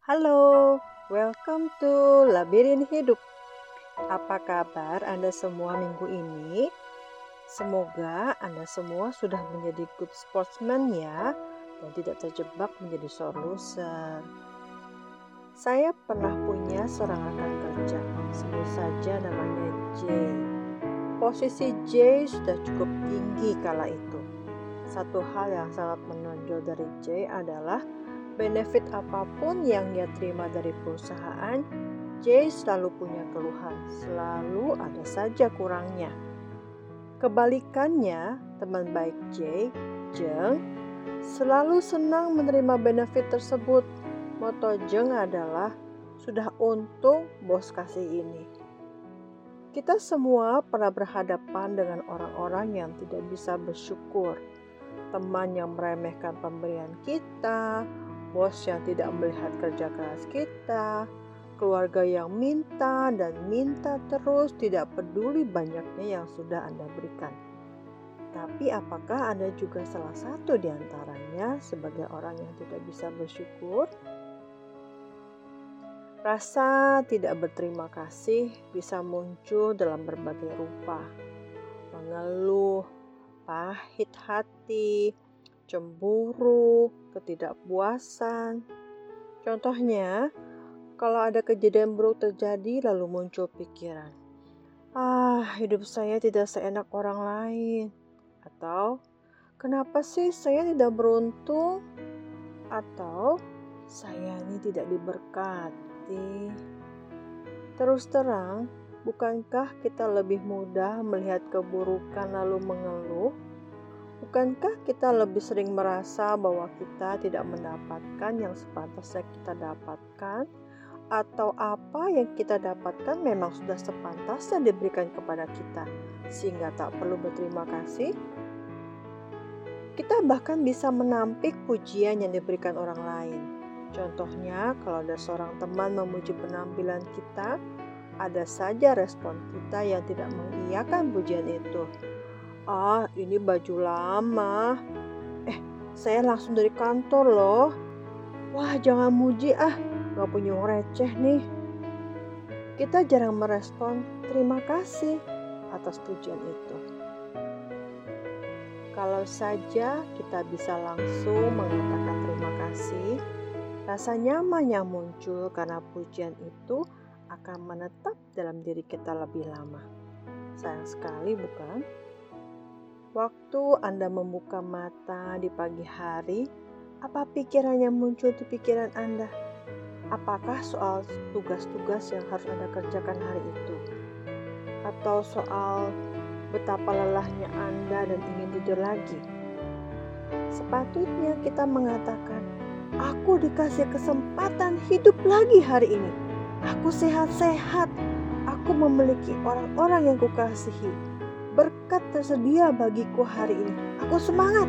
Halo, welcome to Labirin Hidup. Apa kabar Anda semua minggu ini? Semoga Anda semua sudah menjadi good sportsman ya, dan tidak terjebak menjadi sore loser. Saya pernah punya seorang rekan kerja, sebut saja namanya Jay. Posisi Jay sudah cukup tinggi kala itu. Satu hal yang sangat menonjol dari Jay adalah benefit apapun yang dia terima dari perusahaan, Jay selalu punya keluhan, selalu ada saja kurangnya. Kebalikannya, teman baik Jay, Jeng, selalu senang menerima benefit tersebut. Moto Jeng adalah, sudah untung bos kasih ini. Kita semua pernah berhadapan dengan orang-orang yang tidak bisa bersyukur, teman yang meremehkan pemberian kita, bos yang tidak melihat kerja keras kita, keluarga yang minta dan minta terus tidak peduli banyaknya yang sudah Anda berikan. Tapi apakah Anda juga salah satu di antaranya sebagai orang yang tidak bisa bersyukur? Rasa tidak berterima kasih bisa muncul dalam berbagai rupa. Mengeluh, pahit hati, cemburu, ketidakpuasan. Contohnya, kalau ada kejadian buruk terjadi lalu muncul pikiran, hidup saya tidak seenak orang lain. Atau, kenapa sih saya tidak beruntung? Atau, saya ini tidak diberkati. Terus terang, bukankah kita lebih mudah melihat keburukan lalu mengeluh? Bukankah kita lebih sering merasa bahwa kita tidak mendapatkan yang sepantasnya kita dapatkan? Atau apa yang kita dapatkan memang sudah sepantasnya diberikan kepada kita, sehingga tak perlu berterima kasih? Kita bahkan bisa menampik pujian yang diberikan orang lain. Contohnya, kalau ada seorang teman memuji penampilan kita, ada saja respon kita yang tidak mengiyakan pujian itu. Ini baju lama. Saya langsung dari kantor loh. Wah, jangan muji gak punya uang receh nih. Kita jarang merespon terima kasih atas pujian itu. Kalau saja kita bisa langsung mengatakan terima kasih, rasa nyaman yang muncul karena pujian itu akan menetap dalam diri kita lebih lama. Sayang sekali bukan? Waktu Anda membuka mata di pagi hari, apa pikiran yang muncul di pikiran Anda? Apakah soal tugas-tugas yang harus Anda kerjakan hari itu? Atau soal betapa lelahnya Anda dan ingin tidur lagi? Sepatutnya kita mengatakan, aku dikasih kesempatan hidup lagi hari ini. Aku sehat-sehat. Aku memiliki orang-orang yang kukasihi. Berkat tersedia bagiku hari ini. Aku semangat.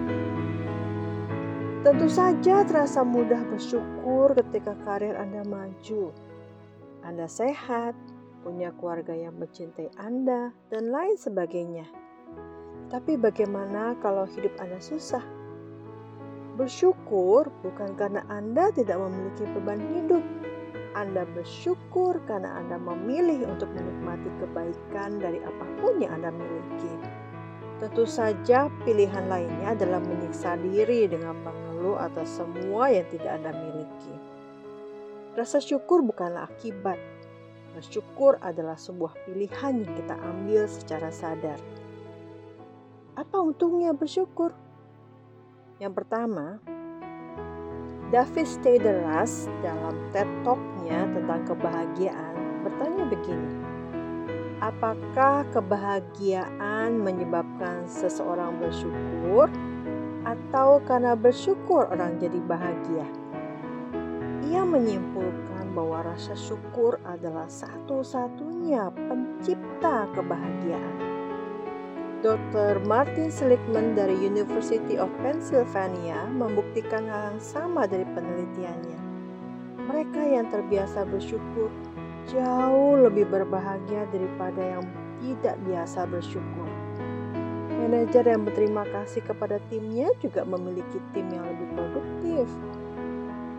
Tentu saja terasa mudah bersyukur ketika karir Anda maju. Anda sehat, punya keluarga yang mencintai Anda, dan lain sebagainya. Tapi bagaimana kalau hidup Anda susah? Bersyukur bukan karena Anda tidak memiliki beban hidup. Anda bersyukur karena Anda memilih untuk menikmati kebaikan dari apapun yang Anda miliki. Tentu saja pilihan lainnya adalah menyiksa diri dengan mengeluh atas semua yang tidak Anda miliki. Rasa syukur bukanlah akibat. Bersyukur adalah sebuah pilihan yang kita ambil secara sadar. Apa untungnya bersyukur? Yang pertama, David Sedaris dalam TED Talk-nya tentang kebahagiaan bertanya begini, apakah kebahagiaan menyebabkan seseorang bersyukur atau karena bersyukur orang jadi bahagia? Ia menyimpulkan bahwa rasa syukur adalah satu-satunya pencipta kebahagiaan. Dr. Martin Seligman dari University of Pennsylvania membuktikan hal yang sama dari penelitiannya. Mereka yang terbiasa bersyukur jauh lebih berbahagia daripada yang tidak biasa bersyukur. Manajer yang berterima kasih kepada timnya juga memiliki tim yang lebih produktif.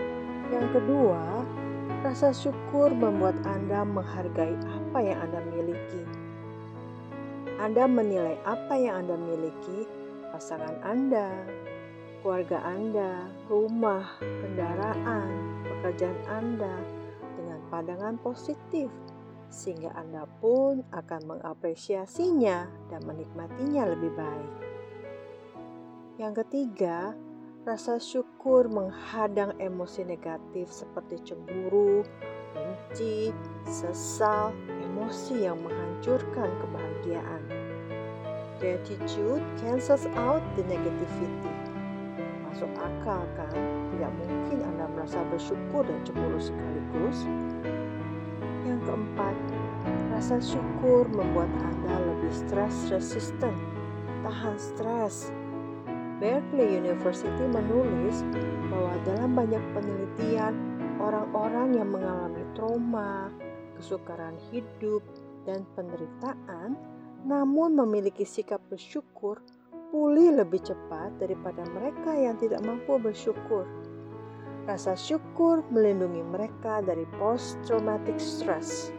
Yang kedua, rasa syukur membuat Anda menghargai apa yang Anda miliki. Anda menilai apa yang Anda miliki, pasangan Anda, keluarga Anda, rumah, kendaraan, pekerjaan Anda dengan pandangan positif, sehingga Anda pun akan mengapresiasinya dan menikmatinya lebih baik. Yang ketiga, rasa syukur menghadang emosi negatif seperti cemburu, benci, sesal, emosi yang menghancurkan kebahagiaan. Gratitude cancels out the negativity. Masuk akal kan? Tidak mungkin Anda merasa bersyukur dan cemburu sekaligus. Yang keempat, rasa syukur membuat Anda lebih stress resistant, tahan stres. Berkeley University menulis bahwa dalam banyak penelitian, orang-orang yang mengalami trauma, kesukaran hidup, dan penderitaan, namun memiliki sikap bersyukur, pulih lebih cepat daripada mereka yang tidak mampu bersyukur. Rasa syukur melindungi mereka dari post-traumatic stress.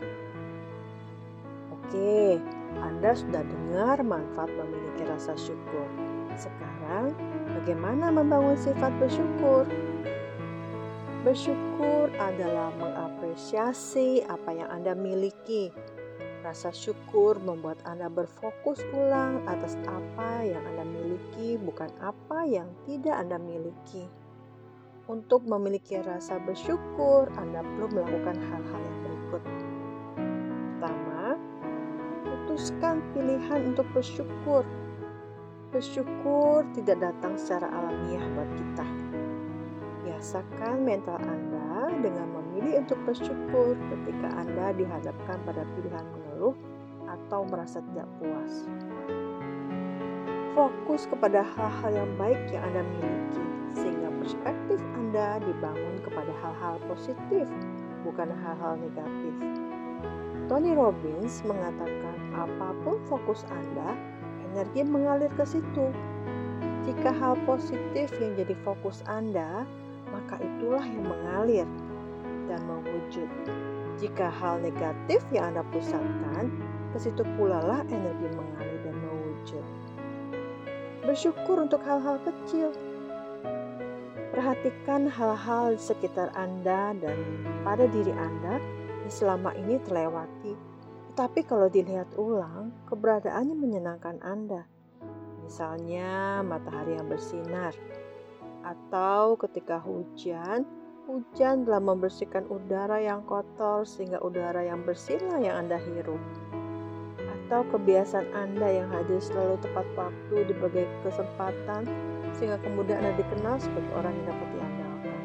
Oke, Anda sudah dengar manfaat memiliki rasa syukur. Sekarang, bagaimana membangun sifat bersyukur? Bersyukur adalah mengapresiasi apa yang Anda miliki. Rasa syukur membuat Anda berfokus ulang atas apa yang Anda miliki, bukan apa yang tidak Anda miliki. Untuk memiliki rasa bersyukur, Anda perlu melakukan hal-hal yang berikut. Pertama, putuskan pilihan untuk bersyukur. Bersyukur tidak datang secara alamiah buat kita. Biasakan mental Anda dengan memilih untuk bersyukur ketika Anda dihadapkan pada pilihan mengeluh atau merasa tidak puas. Fokus kepada hal-hal yang baik yang Anda miliki, sehingga perspektif Anda dibangun kepada hal-hal positif, bukan hal-hal negatif. Tony Robbins mengatakan, apapun fokus Anda, energi mengalir ke situ. Jika hal positif yang jadi fokus Anda, maka itulah yang mengalir dan mewujud. Jika hal negatif yang Anda pusatkan, ke situ pula lah energi mengalir dan mewujud. Bersyukur untuk hal-hal kecil. Perhatikan hal-hal di sekitar Anda dan pada diri Anda yang selama ini terlewati. Tapi kalau dilihat ulang, keberadaannya menyenangkan Anda. Misalnya matahari yang bersinar, atau ketika hujan telah membersihkan udara yang kotor sehingga udara yang bersihlah yang Anda hirup. Atau kebiasaan Anda yang hadir selalu tepat waktu di berbagai kesempatan sehingga kemudian Anda dikenal sebagai orang yang dapat diandalkan.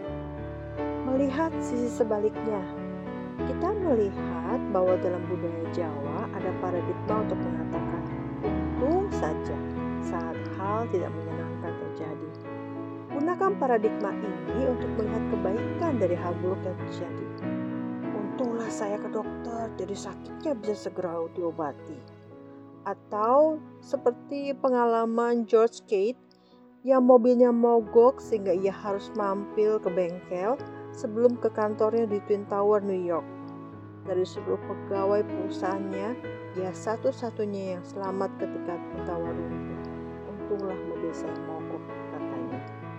Melihat sisi sebaliknya, kita melihat bahwa dalam budaya Jawa ada paradigma untuk mengatakan untung saja saat hal tidak menyenangkan terjadi. Gunakan paradigma ini untuk melihat kebaikan dari hal buruk yang terjadi. Untunglah saya ke dokter, jadi sakitnya bisa segera diobati. Atau seperti pengalaman George Kate yang mobilnya mogok sehingga ia harus mampir ke bengkel sebelum ke kantornya di Twin Tower, New York. Dari seluruh pegawai perusahaannya, ia satu-satunya yang selamat ketika Twin Tower runtuh. Untunglah mobil saya mogok, katanya.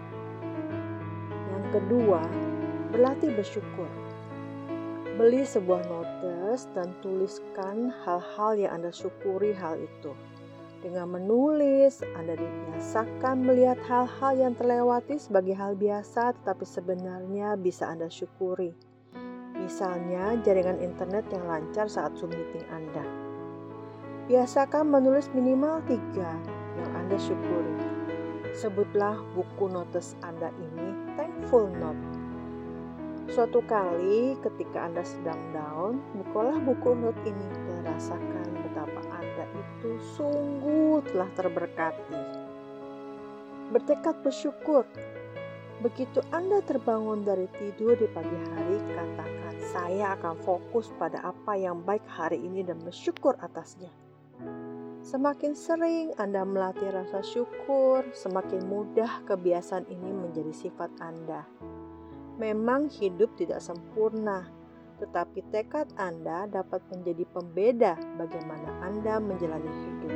Yang kedua, berlatih bersyukur. Beli sebuah notes dan tuliskan hal-hal yang Anda syukuri hal itu. Dengan menulis, Anda dibiasakan melihat hal-hal yang terlewati sebagai hal biasa tetapi sebenarnya bisa Anda syukuri. Misalnya, jaringan internet yang lancar saat Zoom meeting Anda. Biasakan menulis minimal 3 yang Anda syukuri. Sebutlah buku notes Anda ini Thankful Note. Suatu kali ketika Anda sedang down, bukalah buku note ini dan rasakan betapa Anda itu sungguh telah terberkati. Bertekad bersyukur. Begitu Anda terbangun dari tidur di pagi hari, katakan, saya akan fokus pada apa yang baik hari ini dan bersyukur atasnya. Semakin sering Anda melatih rasa syukur, semakin mudah kebiasaan ini menjadi sifat Anda. Memang hidup tidak sempurna, tetapi tekad Anda dapat menjadi pembeda bagaimana Anda menjalani hidup.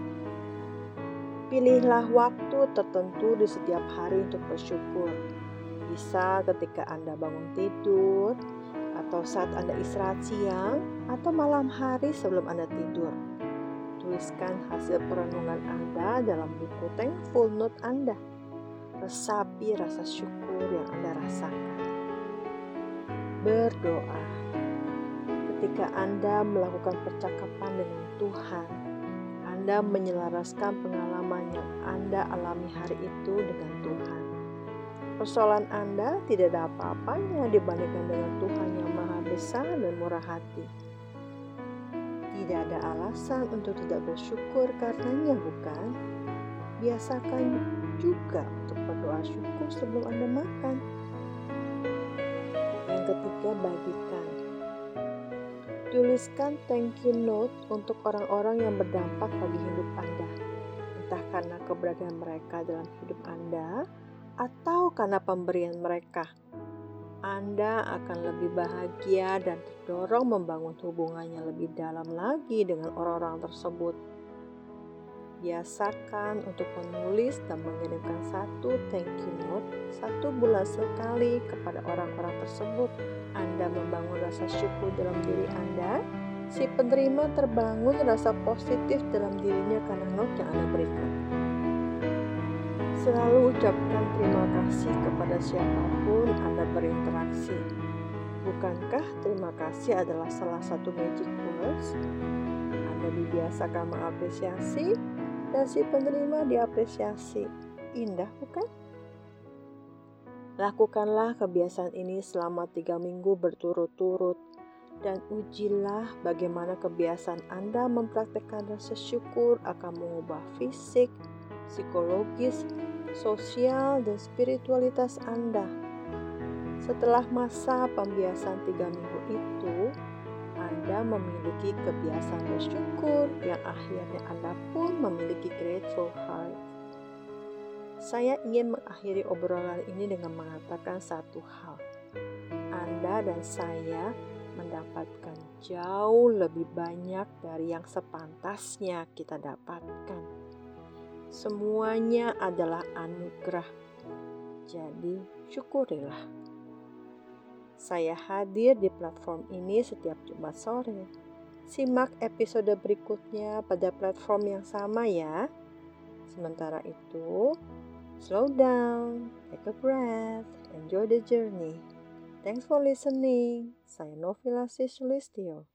Pilihlah waktu tertentu di setiap hari untuk bersyukur. Bisa ketika Anda bangun tidur, atau saat Anda istirahat siang, atau malam hari sebelum Anda tidur. Tuliskan hasil perenungan Anda dalam buku Thankful Note Anda. Resapi rasa syukur yang Anda rasakan. Berdoa. Ketika Anda melakukan percakapan dengan Tuhan, Anda menyelaraskan pengalaman yang Anda alami hari itu dengan Tuhan. Persoalan Anda tidak ada apa-apanya dibandingkan dengan Tuhan yang Maha Besar dan murah hati. Tidak ada alasan untuk tidak bersyukur karenanya, bukan? Biasakan juga untuk berdoa syukur sebelum Anda makan. Yang ketiga, bagikan. Tuliskan thank you note untuk orang-orang yang berdampak bagi hidup Anda. Entah karena keberadaan mereka dalam hidup Anda, atau karena pemberian mereka. Anda akan lebih bahagia dan terdorong membangun hubungannya lebih dalam lagi dengan orang-orang tersebut. Biasakan untuk menulis dan mengirimkan satu thank you note 1 bulan sekali kepada orang-orang tersebut. Anda membangun rasa syukur dalam diri Anda. Si penerima terbangun rasa positif dalam dirinya karena note yang Anda berikan. Selalu ucapkan terima kasih kepada siapapun Anda berinteraksi. Bukankah terima kasih adalah salah satu magic words? Anda dibiasakan mengapresiasi dan si penerima diapresiasi. Indah, bukan? Lakukanlah kebiasaan ini selama 3 minggu berturut-turut dan ujilah bagaimana kebiasaan Anda mempraktikkan rasa syukur akan mengubah fisik, psikologis, sosial, dan spiritualitas Anda. Setelah masa pembiasaan 3 minggu itu, Anda memiliki kebiasaan bersyukur yang akhirnya Anda pun memiliki grateful heart. Saya ingin mengakhiri obrolan ini dengan mengatakan satu hal. Anda dan saya mendapatkan jauh lebih banyak dari yang sepantasnya kita dapatkan. Semuanya adalah anugerah. Jadi, syukurilah. Saya hadir di platform ini setiap Jumat sore. Simak episode berikutnya pada platform yang sama ya. Sementara itu, slow down, take a breath, enjoy the journey. Thanks for listening. Saya Novila Sulistyo.